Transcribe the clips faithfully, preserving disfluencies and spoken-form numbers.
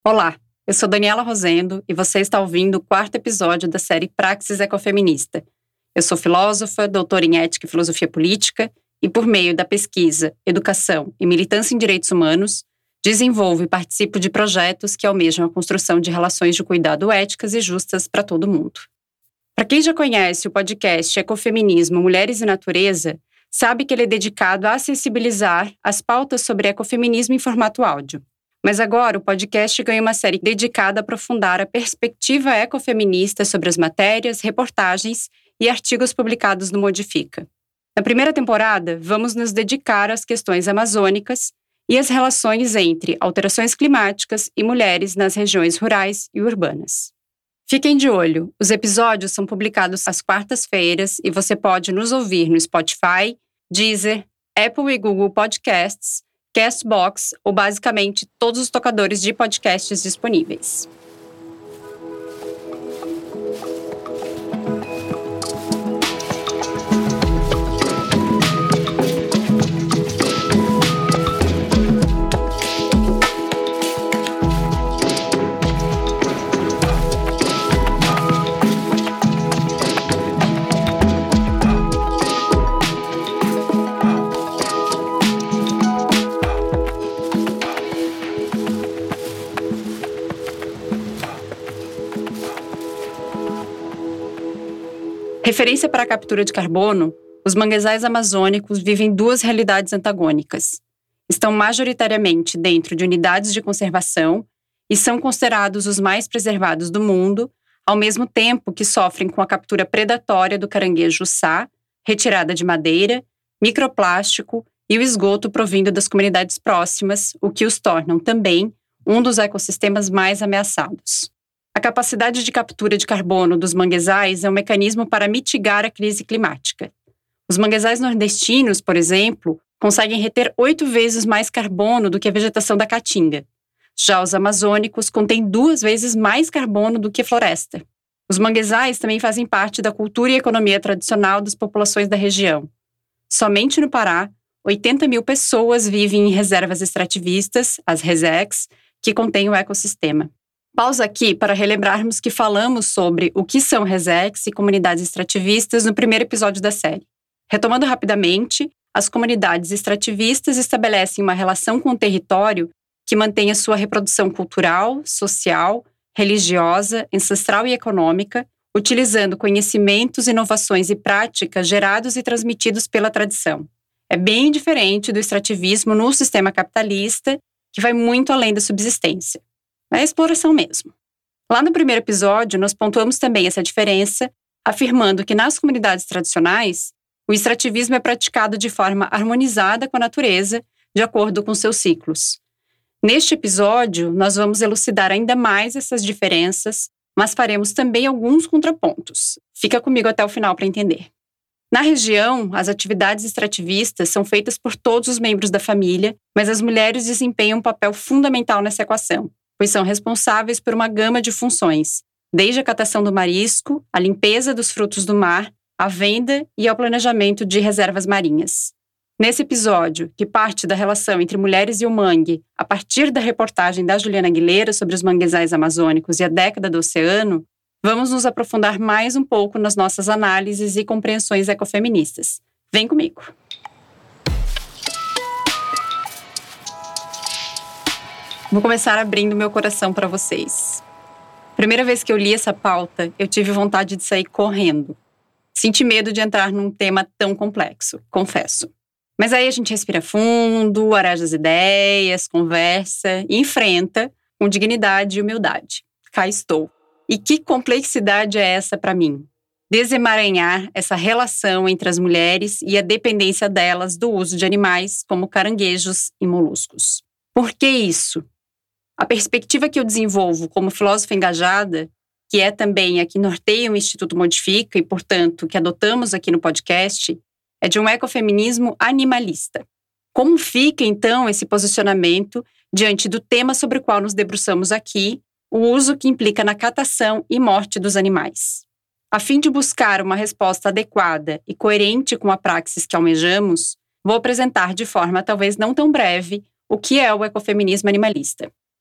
Olá, eu sou Daniela Rosendo e você está ouvindo o quarto episódio da série Praxis Ecofeminista. Eu sou filósofa, doutora em ética e filosofia política e, por meio da pesquisa, educação e militância em direitos humanos, desenvolvo e participo de projetos que almejam a construção de relações de cuidado éticas e justas para todo mundo. Para quem já conhece o podcast Ecofeminismo, Mulheres e Natureza, sabe que ele é dedicado a sensibilizar as pautas sobre ecofeminismo em formato áudio. Mas agora o podcast ganha uma série dedicada a aprofundar a perspectiva ecofeminista sobre as matérias, reportagens e artigos publicados no Modifica. Na primeira temporada, vamos nos dedicar às questões amazônicas e às relações entre alterações climáticas e mulheres nas regiões rurais e urbanas. Fiquem de olho, os episódios são publicados às quartas-feiras e você pode nos ouvir no Spotify, Deezer, Apple e Google Podcasts, Castbox ou basicamente todos os tocadores de podcasts disponíveis. Referência para a captura de carbono, os manguezais amazônicos vivem duas realidades antagônicas. Estão majoritariamente dentro de unidades de conservação e são considerados os mais preservados do mundo, ao mesmo tempo que sofrem com a captura predatória do caranguejo sá, retirada de madeira, microplástico e o esgoto provindo das comunidades próximas, o que os tornam também um dos ecossistemas mais ameaçados. A capacidade de captura de carbono dos manguezais é um mecanismo para mitigar a crise climática. Os manguezais nordestinos, por exemplo, conseguem reter oito vezes mais carbono do que a vegetação da caatinga. Já os amazônicos contêm duas vezes mais carbono do que a floresta. Os manguezais também fazem parte da cultura e economia tradicional das populações da região. Somente no Pará, oitenta mil pessoas vivem em reservas extrativistas, as RESECs, que contêm o ecossistema. Pausa aqui para relembrarmos que falamos sobre o que são RESECs e comunidades extrativistas no primeiro episódio da série. Retomando rapidamente, as comunidades extrativistas estabelecem uma relação com o território que mantém a sua reprodução cultural, social, religiosa, ancestral e econômica, utilizando conhecimentos, inovações e práticas gerados e transmitidos pela tradição. É bem diferente do extrativismo no sistema capitalista, que vai muito além da subsistência. É a exploração mesmo. Lá no primeiro episódio, nós pontuamos também essa diferença, afirmando que nas comunidades tradicionais, o extrativismo é praticado de forma harmonizada com a natureza, de acordo com seus ciclos. Neste episódio, nós vamos elucidar ainda mais essas diferenças, mas faremos também alguns contrapontos. Fica comigo até o final para entender. Na região, as atividades extrativistas são feitas por todos os membros da família, mas as mulheres desempenham um papel fundamental nessa equação, pois são responsáveis por uma gama de funções, desde a catação do marisco, a limpeza dos frutos do mar, a venda e ao planejamento de reservas marinhas. Nesse episódio, que parte da relação entre mulheres e o mangue, a partir da reportagem da Juliana Aguilera sobre os manguezais amazônicos e a década do oceano, vamos nos aprofundar mais um pouco nas nossas análises e compreensões ecofeministas. Vem comigo! Vou começar abrindo meu coração para vocês. Primeira vez que eu li essa pauta, eu tive vontade de sair correndo. Senti medo de entrar num tema tão complexo, confesso. Mas aí a gente respira fundo, areja as ideias, conversa e enfrenta com dignidade e humildade. Cá estou. E que complexidade é essa para mim? Desemaranhar essa relação entre as mulheres e a dependência delas do uso de animais como caranguejos e moluscos. Por que isso? A perspectiva que eu desenvolvo como filósofa engajada, que é também a que norteia o Instituto Modifica e, portanto, que adotamos aqui no podcast, é de um ecofeminismo animalista. Como fica, então, esse posicionamento diante do tema sobre o qual nos debruçamos aqui, o uso que implica na catação e morte dos animais? A fim de buscar uma resposta adequada e coerente com a praxis que almejamos, vou apresentar de forma talvez não tão breve o que é o ecofeminismo animalista.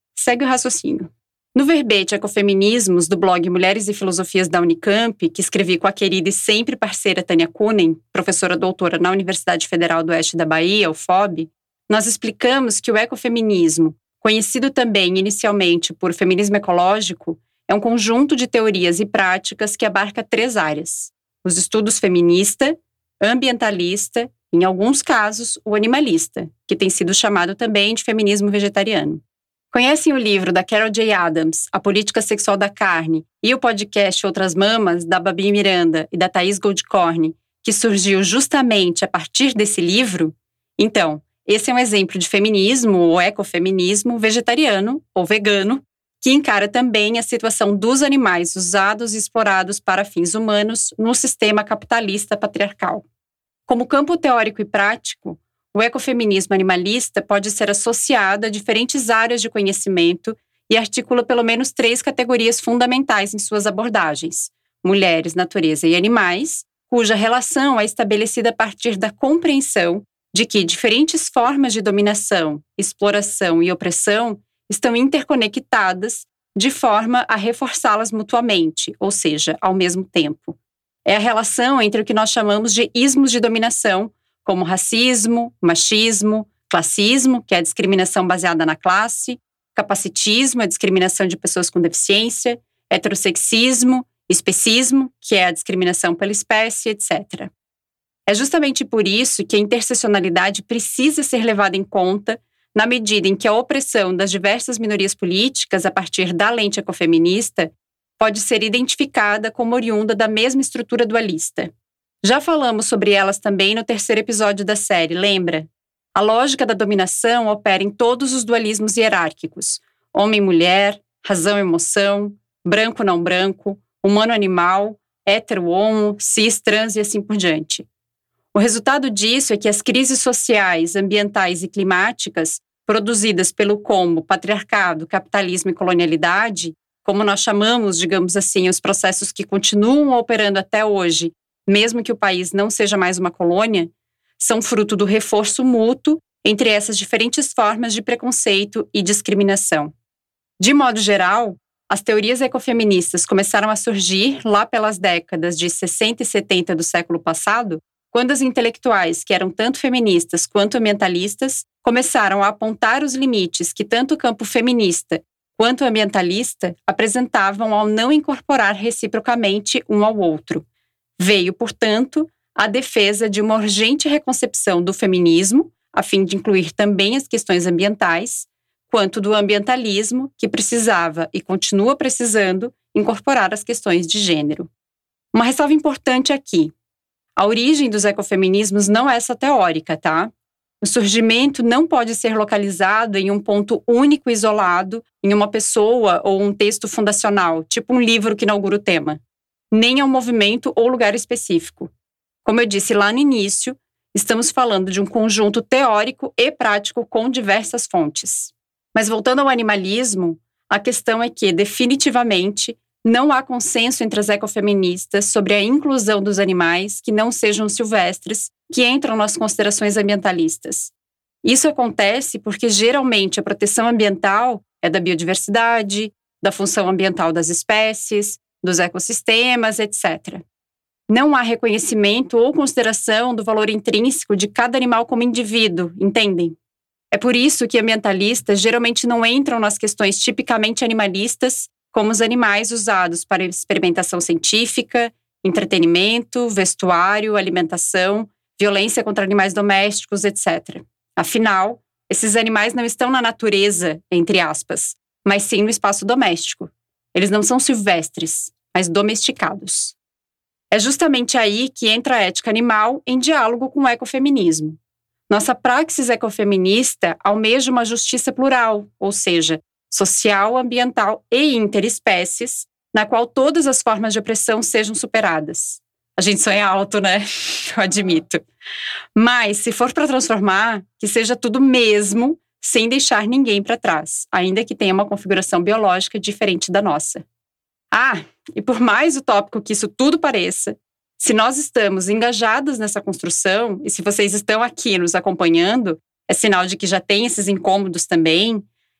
segue o raciocínio. No verbete Ecofeminismos, do blog Mulheres e Filosofias da Unicamp, que escrevi com a querida e sempre parceira Tânia Kunen, professora doutora na Universidade Federal do Oeste da Bahia, U F O B, nós explicamos que o ecofeminismo, conhecido também inicialmente por feminismo ecológico, é um conjunto de teorias e práticas que abarca três áreas: os estudos feminista, ambientalista e, em alguns casos, o animalista, que tem sido chamado também de feminismo vegetariano. Conhecem o livro da Carol J. Adams, A Política Sexual da Carne, e o podcast Outras Mamas, da Babi Miranda e da Thaís Goldcorn, que surgiu justamente a partir desse livro? Então, esse é um exemplo de feminismo ou ecofeminismo vegetariano ou vegano, que encara também a situação dos animais usados e explorados para fins humanos no sistema capitalista patriarcal. Como campo teórico e prático, o ecofeminismo animalista pode ser associado a diferentes áreas de conhecimento e articula pelo menos três categorias fundamentais em suas abordagens: mulheres, natureza e animais, cuja relação é estabelecida a partir da compreensão de que diferentes formas de dominação, exploração e opressão estão interconectadas de forma a reforçá-las mutuamente, ou seja, ao mesmo tempo. É a relação entre o que nós chamamos de ismos de dominação, como racismo, machismo, classismo, que é a discriminação baseada na classe, capacitismo, a discriminação de pessoas com deficiência, heterossexismo, especismo, que é a discriminação pela espécie, etcétera. É justamente por isso que a interseccionalidade precisa ser levada em conta na medida em que a opressão das diversas minorias políticas, a partir da lente ecofeminista, pode ser identificada como oriunda da mesma estrutura dualista. Já falamos sobre elas também no terceiro episódio da série, lembra? A lógica da dominação opera em todos os dualismos hierárquicos: homem-mulher, razão-emoção, branco-não branco, humano-animal, hétero-homo, cis-trans e assim por diante. O resultado disso é que as crises sociais, ambientais e climáticas, produzidas pelo combo patriarcado, capitalismo e colonialidade, como nós chamamos, digamos assim, os processos que continuam operando até hoje, mesmo que o país não seja mais uma colônia, são fruto do reforço mútuo entre essas diferentes formas de preconceito e discriminação. De modo geral, as teorias ecofeministas começaram a surgir lá pelas décadas de sessenta e setenta do século passado, quando as intelectuais, que eram tanto feministas quanto ambientalistas, começaram a apontar os limites que tanto o campo feminista quanto o ambientalista apresentavam ao não incorporar reciprocamente um ao outro. Veio, portanto, a defesa de uma urgente reconcepção do feminismo, a fim de incluir também as questões ambientais, quanto do ambientalismo, que precisava e continua precisando incorporar as questões de gênero. Uma ressalva importante aqui: a origem dos ecofeminismos não é essa teórica, tá? O surgimento não pode ser localizado em um ponto único e isolado, em uma pessoa ou um texto fundacional, tipo um livro que inaugura o tema. Nem a um movimento ou lugar específico. Como eu disse lá no início, estamos falando de um conjunto teórico e prático com diversas fontes. Mas voltando ao animalismo, a questão é que, definitivamente, não há consenso entre as ecofeministas sobre a inclusão dos animais que não sejam silvestres, que entram nas considerações ambientalistas. Isso acontece porque, geralmente, a proteção ambiental é da biodiversidade, da função ambiental das espécies, dos ecossistemas, etcétera. Não há reconhecimento ou consideração do valor intrínseco de cada animal como indivíduo, entendem? É por isso que ambientalistas geralmente não entram nas questões tipicamente animalistas, como os animais usados para experimentação científica, entretenimento, vestuário, alimentação, violência contra animais domésticos, etcétera. Afinal, esses animais não estão na natureza, entre aspas, mas sim no espaço doméstico. Eles não são silvestres, mas domesticados. É justamente aí que entra a ética animal em diálogo com o ecofeminismo. Nossa praxis ecofeminista almeja uma justiça plural, ou seja, social, ambiental e interespécies, na qual todas as formas de opressão sejam superadas. A gente sonha alto, né? Eu admito. Mas, se for para transformar, que seja tudo mesmo, sem deixar ninguém para trás, ainda que tenha uma configuração biológica diferente da nossa. Ah, e por mais utópico que isso tudo pareça, se nós estamos engajadas nessa construção, e se vocês estão aqui nos acompanhando, é sinal de que já tem esses incômodos também,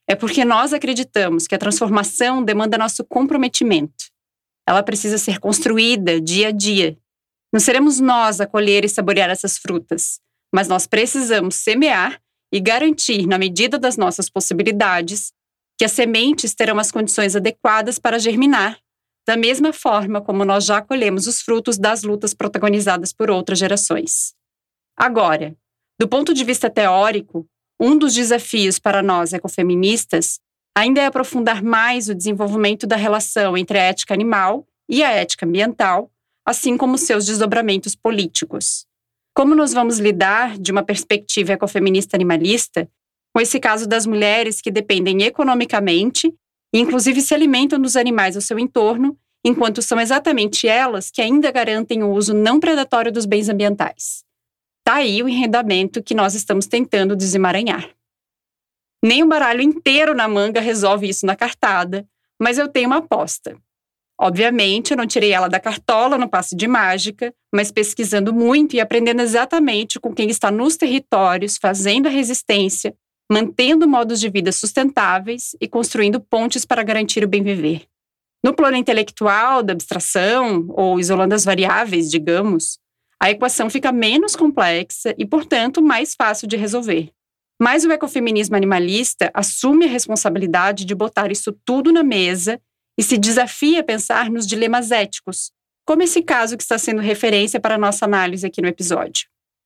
é porque nós acreditamos que a transformação demanda nosso comprometimento. Ela precisa ser construída dia a dia. Não seremos nós a colher e saborear essas frutas, mas nós precisamos semear e garantir, na medida das nossas possibilidades, que as sementes terão as condições adequadas para germinar, da mesma forma como nós já colhemos os frutos das lutas protagonizadas por outras gerações. Agora, do ponto de vista teórico, um dos desafios para nós ecofeministas ainda é aprofundar mais o desenvolvimento da relação entre a ética animal e a ética ambiental, assim como seus desdobramentos políticos. Como nós vamos lidar, de uma perspectiva ecofeminista animalista, com esse caso das mulheres que dependem economicamente e inclusive se alimentam dos animais ao seu entorno, enquanto são exatamente elas que ainda garantem o uso não predatório dos bens ambientais? Tá aí o enredamento que nós estamos tentando desemaranhar. Nem um baralho inteiro na manga resolve isso na cartada, mas eu tenho uma aposta. Obviamente, eu não tirei ela da cartola no passe de mágica, mas pesquisando muito e aprendendo exatamente com quem está nos territórios, fazendo a resistência, mantendo modos de vida sustentáveis e construindo pontes para garantir o bem viver. No plano intelectual, da abstração, ou isolando as variáveis, digamos, a equação fica menos complexa e, portanto, mais fácil de resolver. Mas o ecofeminismo animalista assume a responsabilidade de botar isso tudo na mesa e se desafia a pensar nos dilemas éticos, como esse caso que está sendo referência para a nossa análise aqui no episódio.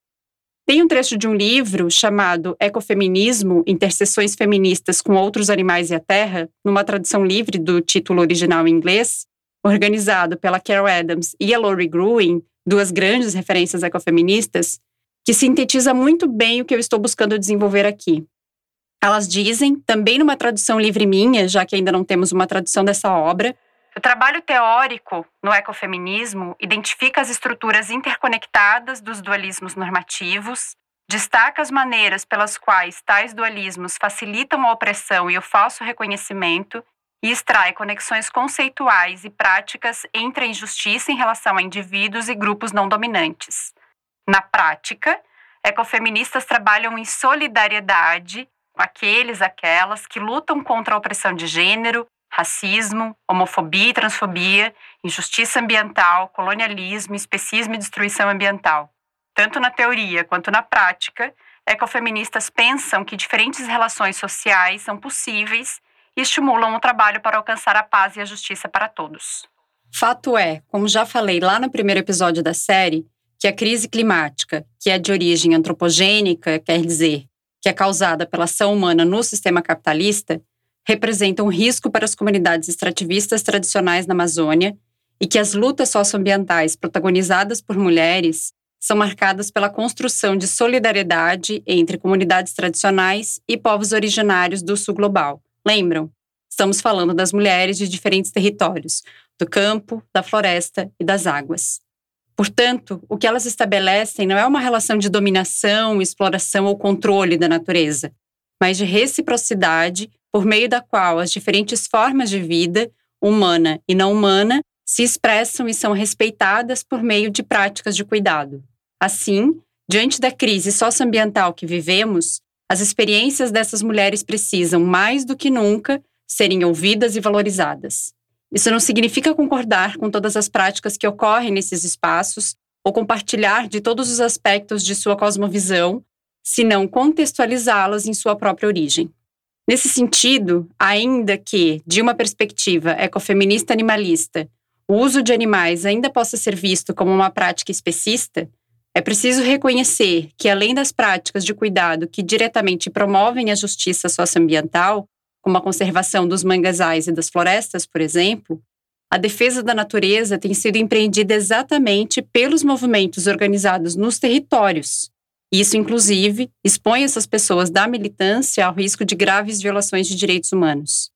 Tem um trecho de um livro chamado Ecofeminismo, Interseções Feministas com Outros Animais e a Terra, numa tradução livre do título original em inglês, organizado pela Carol Adams e a Lori Gruen, duas grandes referências ecofeministas, que sintetiza muito bem o que eu estou buscando desenvolver aqui. Elas dizem, também numa tradução livre minha, já que ainda não temos uma tradução dessa obra, o trabalho teórico no ecofeminismo identifica as estruturas interconectadas dos dualismos normativos, destaca as maneiras pelas quais tais dualismos facilitam a opressão e o falso reconhecimento e extrai conexões conceituais e práticas entre a injustiça em relação a indivíduos e grupos não dominantes. Na prática, ecofeministas trabalham em solidariedade com aqueles, aquelas que lutam contra a opressão de gênero, racismo, homofobia e transfobia, injustiça ambiental, colonialismo, especismo e destruição ambiental. Tanto na teoria quanto na prática, ecofeministas pensam que diferentes relações sociais são possíveis e estimulam o trabalho para alcançar a paz e a justiça para todos. Fato é, como já falei lá no primeiro episódio da série, que a crise climática, que é de origem antropogênica, quer dizer, que é causada pela ação humana no sistema capitalista, representa um risco para as comunidades extrativistas tradicionais na Amazônia e que as lutas socioambientais protagonizadas por mulheres são marcadas pela construção de solidariedade entre comunidades tradicionais e povos originários do sul global. Lembram? Estamos falando das mulheres de diferentes territórios, do campo, da floresta e das águas. Portanto, o que elas estabelecem não é uma relação de dominação, exploração ou controle da natureza, mas de reciprocidade, por meio da qual as diferentes formas de vida, humana e não humana, se expressam e são respeitadas por meio de práticas de cuidado. Assim, diante da crise socioambiental que vivemos, as experiências dessas mulheres precisam, mais do que nunca, serem ouvidas e valorizadas. Isso não significa concordar com todas as práticas que ocorrem nesses espaços ou compartilhar de todos os aspectos de sua cosmovisão, senão contextualizá-las em sua própria origem. Nesse sentido, ainda que, de uma perspectiva ecofeminista animalista, o uso de animais ainda possa ser visto como uma prática especista, é preciso reconhecer que, além das práticas de cuidado que diretamente promovem a justiça socioambiental, como a conservação dos manguezais e das florestas, por exemplo, a defesa da natureza tem sido empreendida exatamente pelos movimentos organizados nos territórios. Isso, inclusive, expõe essas pessoas da militância ao risco de graves violações de direitos humanos.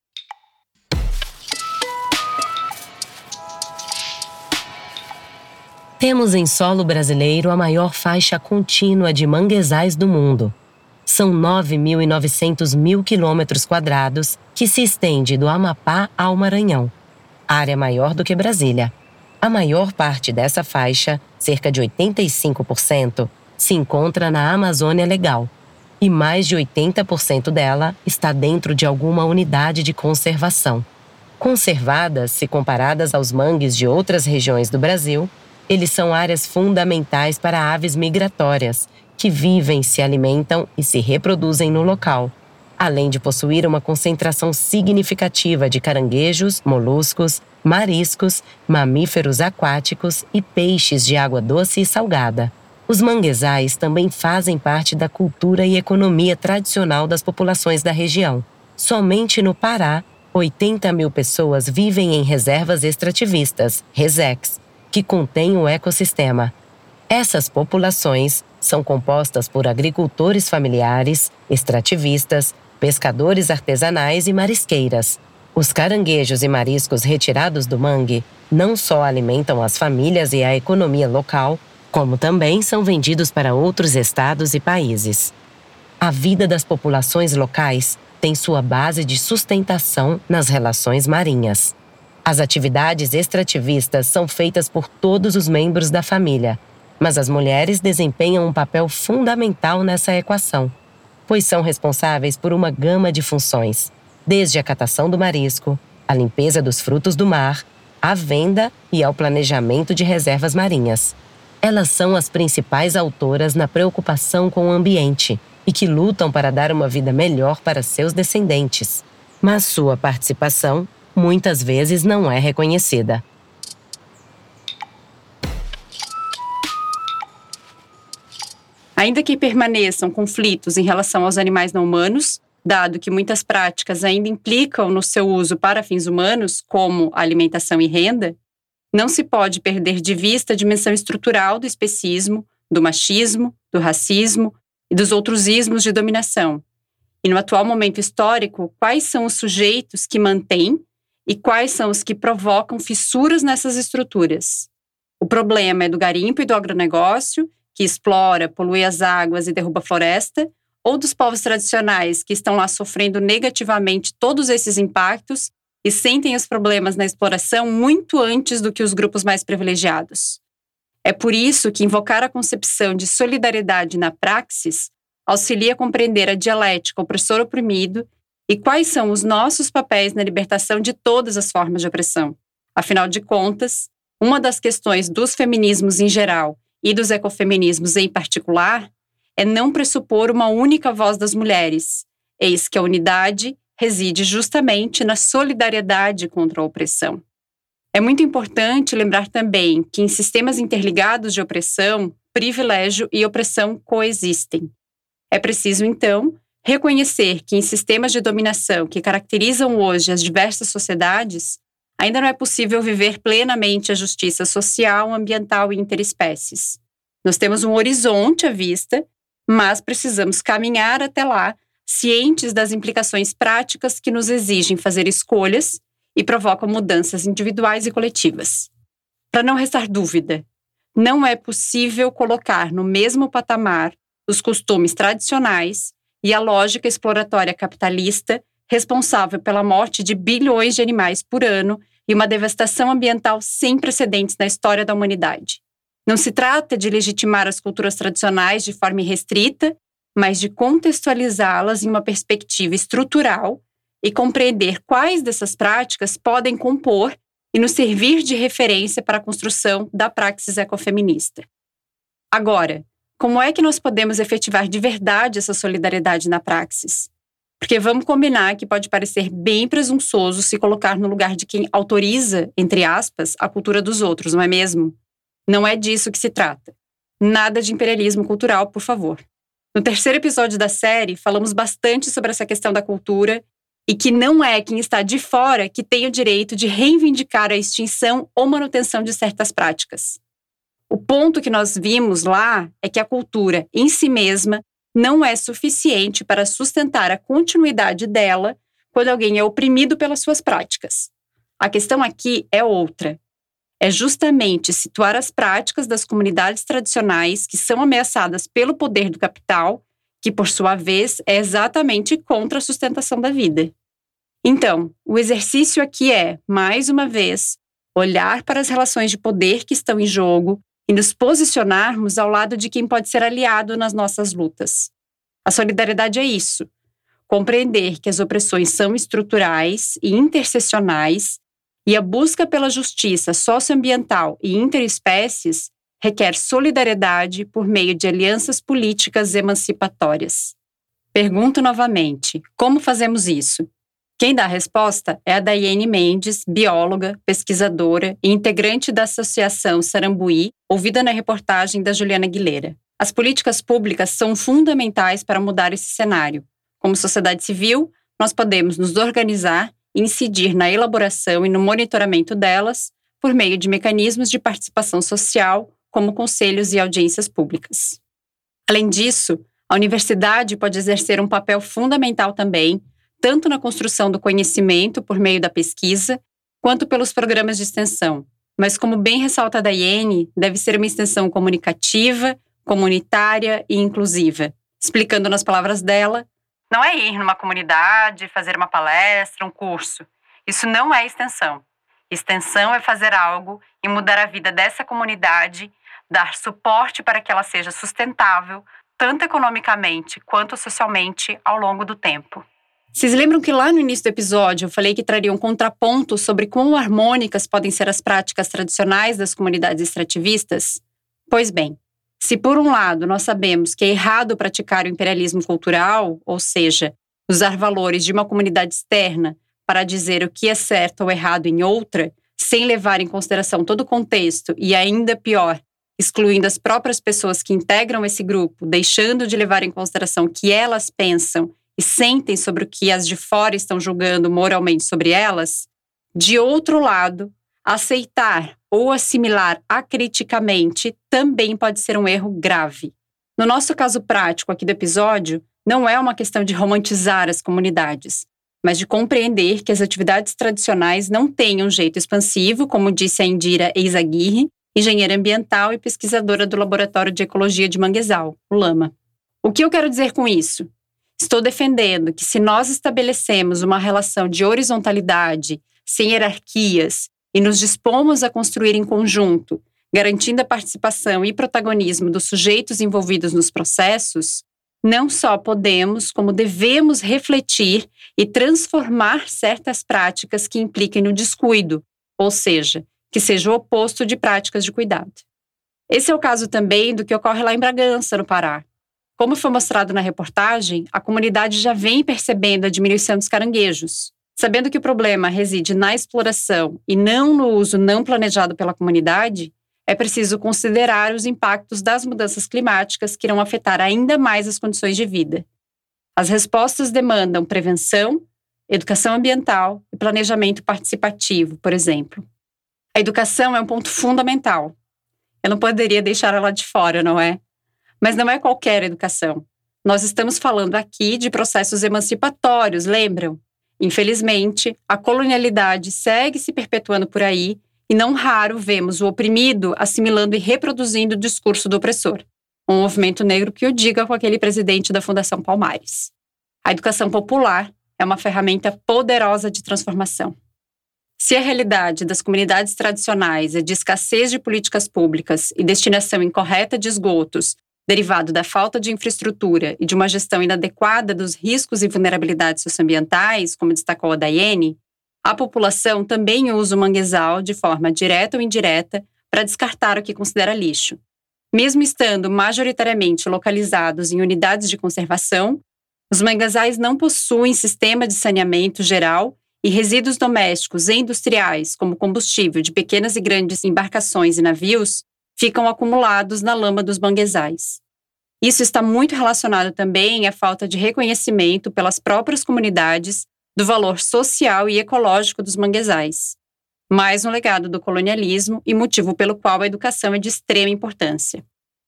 Temos em solo brasileiro a maior faixa contínua de manguezais do mundo. São nove mil e novecentos mil quilômetros quadrados que se estende do Amapá ao Maranhão. Área maior do que Brasília. A maior parte dessa faixa, cerca de oitenta e cinco por cento, se encontra na Amazônia Legal. e mais de oitenta por cento dela está dentro de alguma unidade de conservação. Conservadas, se comparadas aos mangues de outras regiões do Brasil, eles são áreas fundamentais para aves migratórias, que vivem, se alimentam e se reproduzem no local, além de possuir uma concentração significativa de caranguejos, moluscos, mariscos, mamíferos aquáticos e peixes de água doce e salgada. Os manguezais também fazem parte da cultura e economia tradicional das populações da região. Somente no Pará, oitenta mil pessoas vivem em reservas extrativistas, RESEX, que contêm o ecossistema. Essas populações são compostas por agricultores familiares, extrativistas, pescadores artesanais e marisqueiras. Os caranguejos e mariscos retirados do mangue não só alimentam as famílias e a economia local, como também são vendidos para outros estados e países. A vida das populações locais tem sua base de sustentação nas relações marinhas. As atividades extrativistas são feitas por todos os membros da família, mas as mulheres desempenham um papel fundamental nessa equação, pois são responsáveis por uma gama de funções, desde a catação do marisco, a limpeza dos frutos do mar, a venda e ao planejamento de reservas marinhas. Elas são as principais autoras na preocupação com o ambiente e que lutam para dar uma vida melhor para seus descendentes. Mas sua participação muitas vezes não é reconhecida. Ainda que permaneçam conflitos em relação aos animais não humanos, dado que muitas práticas ainda implicam no seu uso para fins humanos, como alimentação e renda, não se pode perder de vista a dimensão estrutural do especismo, do machismo, do racismo e dos outros ismos de dominação. E no atual momento histórico, quais são os sujeitos que mantêm e quais são os que provocam fissuras nessas estruturas? O problema é do garimpo e do agronegócio, que explora, polui as águas e derruba a floresta, ou dos povos tradicionais que estão lá sofrendo negativamente todos esses impactos e sentem os problemas na exploração muito antes do que os grupos mais privilegiados. É por isso que invocar a concepção de solidariedade na praxis auxilia a compreender a dialética opressor-oprimido e quais são os nossos papéis na libertação de todas as formas de opressão. Afinal de contas, uma das questões dos feminismos em geral e dos ecofeminismos em particular é não pressupor uma única voz das mulheres, eis que a unidade reside justamente na solidariedade contra a opressão. É muito importante lembrar também que em sistemas interligados de opressão, privilégio e opressão coexistem. É preciso, então, reconhecer que em sistemas de dominação que caracterizam hoje as diversas sociedades, ainda não é possível viver plenamente a justiça social, ambiental e interespécies. Nós temos um horizonte à vista, mas precisamos caminhar até lá, cientes das implicações práticas que nos exigem fazer escolhas e provocam mudanças individuais e coletivas. Para não restar dúvida, não é possível colocar no mesmo patamar os costumes tradicionais e a lógica exploratória capitalista responsável pela morte de bilhões de animais por ano e uma devastação ambiental sem precedentes na história da humanidade. Não se trata de legitimar as culturas tradicionais de forma irrestrita, mas de contextualizá-las em uma perspectiva estrutural e compreender quais dessas práticas podem compor e nos servir de referência para a construção da praxis ecofeminista. Agora, como é que nós podemos efetivar de verdade essa solidariedade na praxis? Porque vamos combinar que pode parecer bem presunçoso se colocar no lugar de quem autoriza, entre aspas, a cultura dos outros, não é mesmo? Não é disso que se trata. Nada de imperialismo cultural, por favor. No terceiro episódio da série, falamos bastante sobre essa questão da cultura e que não é quem está de fora que tem o direito de reivindicar a extinção ou manutenção de certas práticas. O ponto que nós vimos lá é que a cultura, em si mesma, não é suficiente para sustentar a continuidade dela quando alguém é oprimido pelas suas práticas. A questão aqui é outra. É justamente situar as práticas das comunidades tradicionais que são ameaçadas pelo poder do capital, que, por sua vez, é exatamente contra a sustentação da vida. Então, o exercício aqui é, mais uma vez, olhar para as relações de poder que estão em jogo e nos posicionarmos ao lado de quem pode ser aliado nas nossas lutas. A solidariedade é isso: compreender que as opressões são estruturais e interseccionais, e a busca pela justiça socioambiental e interespécies requer solidariedade por meio de alianças políticas emancipatórias. Pergunto novamente: como fazemos isso? Quem dá a resposta é a Daiane Mendes, bióloga, pesquisadora e integrante da Associação Sarambuí, ouvida na reportagem da Juliana Aguilera. As políticas públicas são fundamentais para mudar esse cenário. Como sociedade civil, nós podemos nos organizar e incidir na elaboração e no monitoramento delas por meio de mecanismos de participação social, como conselhos e audiências públicas. Além disso, a universidade pode exercer um papel fundamental também, tanto na construção do conhecimento por meio da pesquisa, quanto pelos programas de extensão. Mas, como bem ressalta a Daiane, deve ser uma extensão comunicativa, comunitária e inclusiva. Explicando nas palavras dela, não é ir numa comunidade, fazer uma palestra, um curso. Isso não é extensão. Extensão é fazer algo e mudar a vida dessa comunidade, dar suporte para que ela seja sustentável, tanto economicamente quanto socialmente, ao longo do tempo. Vocês lembram que lá no início do episódio eu falei que traria um contraponto sobre quão harmônicas podem ser as práticas tradicionais das comunidades extrativistas? Pois bem, se por um lado nós sabemos que é errado praticar o imperialismo cultural, ou seja, usar valores de uma comunidade externa para dizer o que é certo ou errado em outra, sem levar em consideração todo o contexto e, ainda pior, excluindo as próprias pessoas que integram esse grupo, deixando de levar em consideração o que elas pensam e sentem sobre o que as de fora estão julgando moralmente sobre elas, de outro lado, aceitar ou assimilar acriticamente também pode ser um erro grave. No nosso caso prático aqui do episódio, não é uma questão de romantizar as comunidades, mas de compreender que as atividades tradicionais não têm um jeito expansivo, como disse a Indira Eizaguirre, engenheira ambiental e pesquisadora do Laboratório de Ecologia de Manguezal, o LAMA. O que eu quero dizer com isso? Estou defendendo que, se nós estabelecemos uma relação de horizontalidade, sem hierarquias, e nos dispomos a construir em conjunto, garantindo a participação e protagonismo dos sujeitos envolvidos nos processos, não só podemos, como devemos refletir e transformar certas práticas que impliquem no descuido, ou seja, que seja o oposto de práticas de cuidado. Esse é o caso também do que ocorre lá em Bragança, no Pará. Como foi mostrado na reportagem, a comunidade já vem percebendo a diminuição dos caranguejos. Sabendo que o problema reside na exploração e não no uso não planejado pela comunidade, é preciso considerar os impactos das mudanças climáticas que irão afetar ainda mais as condições de vida. As respostas demandam prevenção, educação ambiental e planejamento participativo, por exemplo. A educação é um ponto fundamental. Eu não poderia deixar ela de fora, não é? Mas não é qualquer educação. Nós estamos falando aqui de processos emancipatórios, lembram? Infelizmente, a colonialidade segue se perpetuando por aí e não raro vemos o oprimido assimilando e reproduzindo o discurso do opressor. Um movimento negro que o diga com aquele presidente da Fundação Palmares. A educação popular é uma ferramenta poderosa de transformação. Se a realidade das comunidades tradicionais é de escassez de políticas públicas e destinação incorreta de esgotos, derivado da falta de infraestrutura e de uma gestão inadequada dos riscos e vulnerabilidades socioambientais, como destacou a Daiane, a população também usa o manguezal de forma direta ou indireta para descartar o que considera lixo. Mesmo estando majoritariamente localizados em unidades de conservação, os manguezais não possuem sistema de saneamento geral e resíduos domésticos e industriais, como combustível de pequenas e grandes embarcações e navios, ficam acumulados na lama dos manguezais. Isso está muito relacionado também à falta de reconhecimento pelas próprias comunidades do valor social e ecológico dos manguezais. Mais um legado do colonialismo e motivo pelo qual a educação é de extrema importância.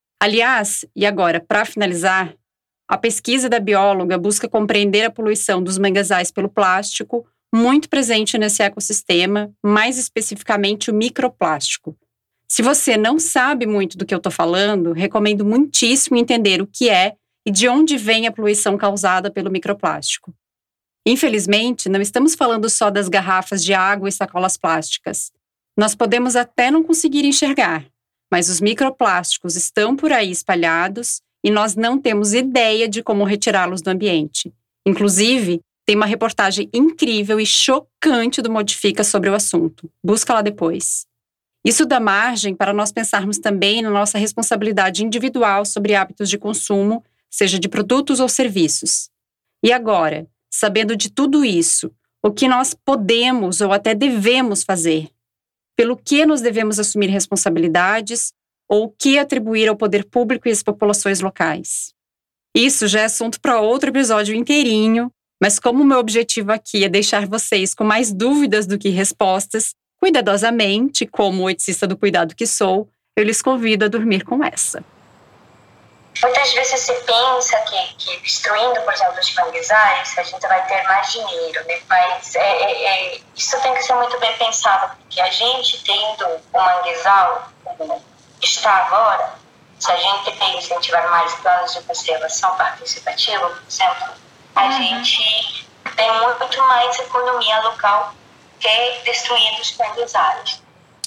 Aliás, e agora, para finalizar, a pesquisa da bióloga busca compreender a poluição dos manguezais pelo plástico, muito presente nesse ecossistema, mais especificamente o microplástico. Se você não sabe muito do que eu estou falando, recomendo muitíssimo entender o que é e de onde vem a poluição causada pelo microplástico. Infelizmente, não estamos falando só das garrafas de água e sacolas plásticas. Nós podemos até não conseguir enxergar, mas os microplásticos estão por aí espalhados e nós não temos ideia de como retirá-los do ambiente. Inclusive, tem uma reportagem incrível e chocante do Modifica sobre o assunto. Busca lá depois. Isso dá margem para nós pensarmos também na nossa responsabilidade individual sobre hábitos de consumo, seja de produtos ou serviços. E agora, sabendo de tudo isso, o que nós podemos ou até devemos fazer? Pelo que nos devemos assumir responsabilidades ou o que atribuir ao poder público e às populações locais? Isso já é assunto para outro episódio inteirinho, mas como o meu objetivo aqui é deixar vocês com mais dúvidas do que respostas, cuidadosamente, como eticista do cuidado que sou, eu lhes convido a dormir com essa. Muitas vezes se pensa que, que destruindo, por exemplo, os manguezais, a gente vai ter mais dinheiro, né? Mas é, é, é, isso tem que ser muito bem pensado, porque a gente tendo o manguezal como está agora, se a gente tem incentivar mais planos de conservação participativa, por exemplo, a uhum. gente tem muito mais economia local que destruindo os manguezais.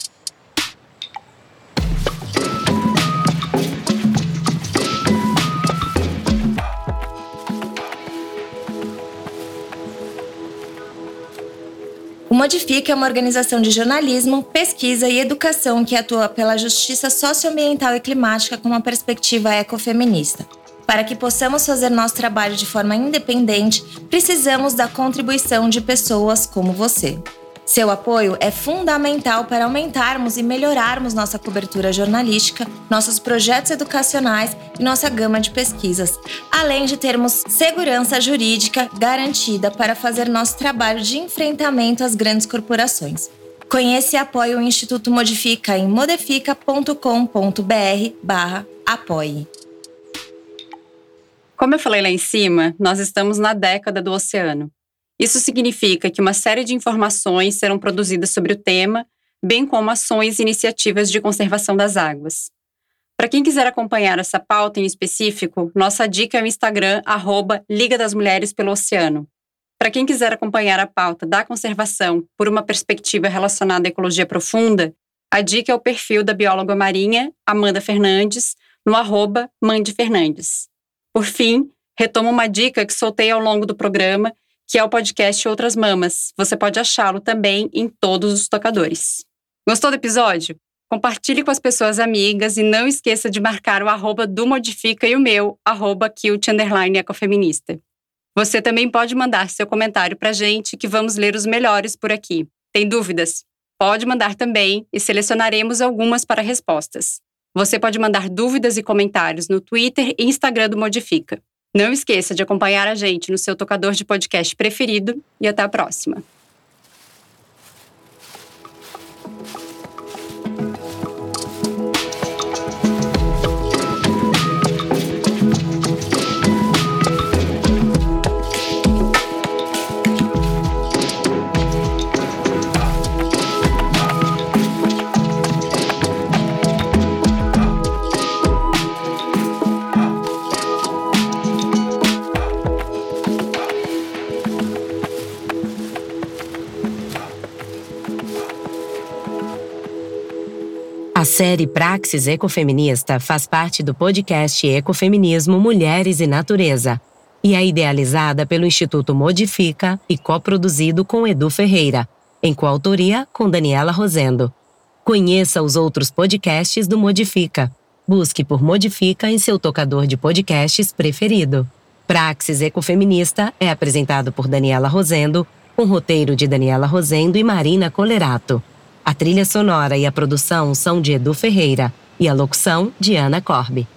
O Modifica é uma organização de jornalismo, pesquisa e educação que atua pela justiça socioambiental e climática com uma perspectiva ecofeminista. Para que possamos fazer nosso trabalho de forma independente, precisamos da contribuição de pessoas como você. Seu apoio é fundamental para aumentarmos e melhorarmos nossa cobertura jornalística, nossos projetos educacionais e nossa gama de pesquisas, além de termos segurança jurídica garantida para fazer nosso trabalho de enfrentamento às grandes corporações. Conheça e apoie o Instituto Modifica em modifica ponto com ponto b r barra apoie. Como eu falei lá em cima, nós estamos na década do oceano. Isso significa que uma série de informações serão produzidas sobre o tema, bem como ações e iniciativas de conservação das águas. Para quem quiser acompanhar essa pauta em específico, nossa dica é o Instagram, arroba Liga das Mulheres pelo Oceano. Para quem quiser acompanhar a pauta da conservação por uma perspectiva relacionada à ecologia profunda, a dica é o perfil da bióloga marinha Amanda Fernandes, no arroba Mande Fernandes. Por fim, retomo uma dica que soltei ao longo do programa, que é o podcast Outras Mamas. Você pode achá-lo também em todos os tocadores. Gostou do episódio? Compartilhe com as pessoas amigas e não esqueça de marcar o arroba do Modifica e o meu, arroba Kilt underline ecofeminista. Você também pode mandar seu comentário pra gente, que vamos ler os melhores por aqui. Tem dúvidas? Pode mandar também e selecionaremos algumas para respostas. Você pode mandar dúvidas e comentários no Twitter e Instagram do Modifica. Não esqueça de acompanhar a gente no seu tocador de podcast preferido e até a próxima. A série Praxis Ecofeminista faz parte do podcast Ecofeminismo, Mulheres e Natureza e é idealizada pelo Instituto Modifica e coproduzido com Edu Ferreira, em coautoria com Daniela Rosendo. Conheça os outros podcasts do Modifica. Busque por Modifica em seu tocador de podcasts preferido. Praxis Ecofeminista é apresentado por Daniela Rosendo, com roteiro de Daniela Rosendo e Marina Colerato. A trilha sonora e a produção são de Edu Ferreira e a locução de Ana Corbe.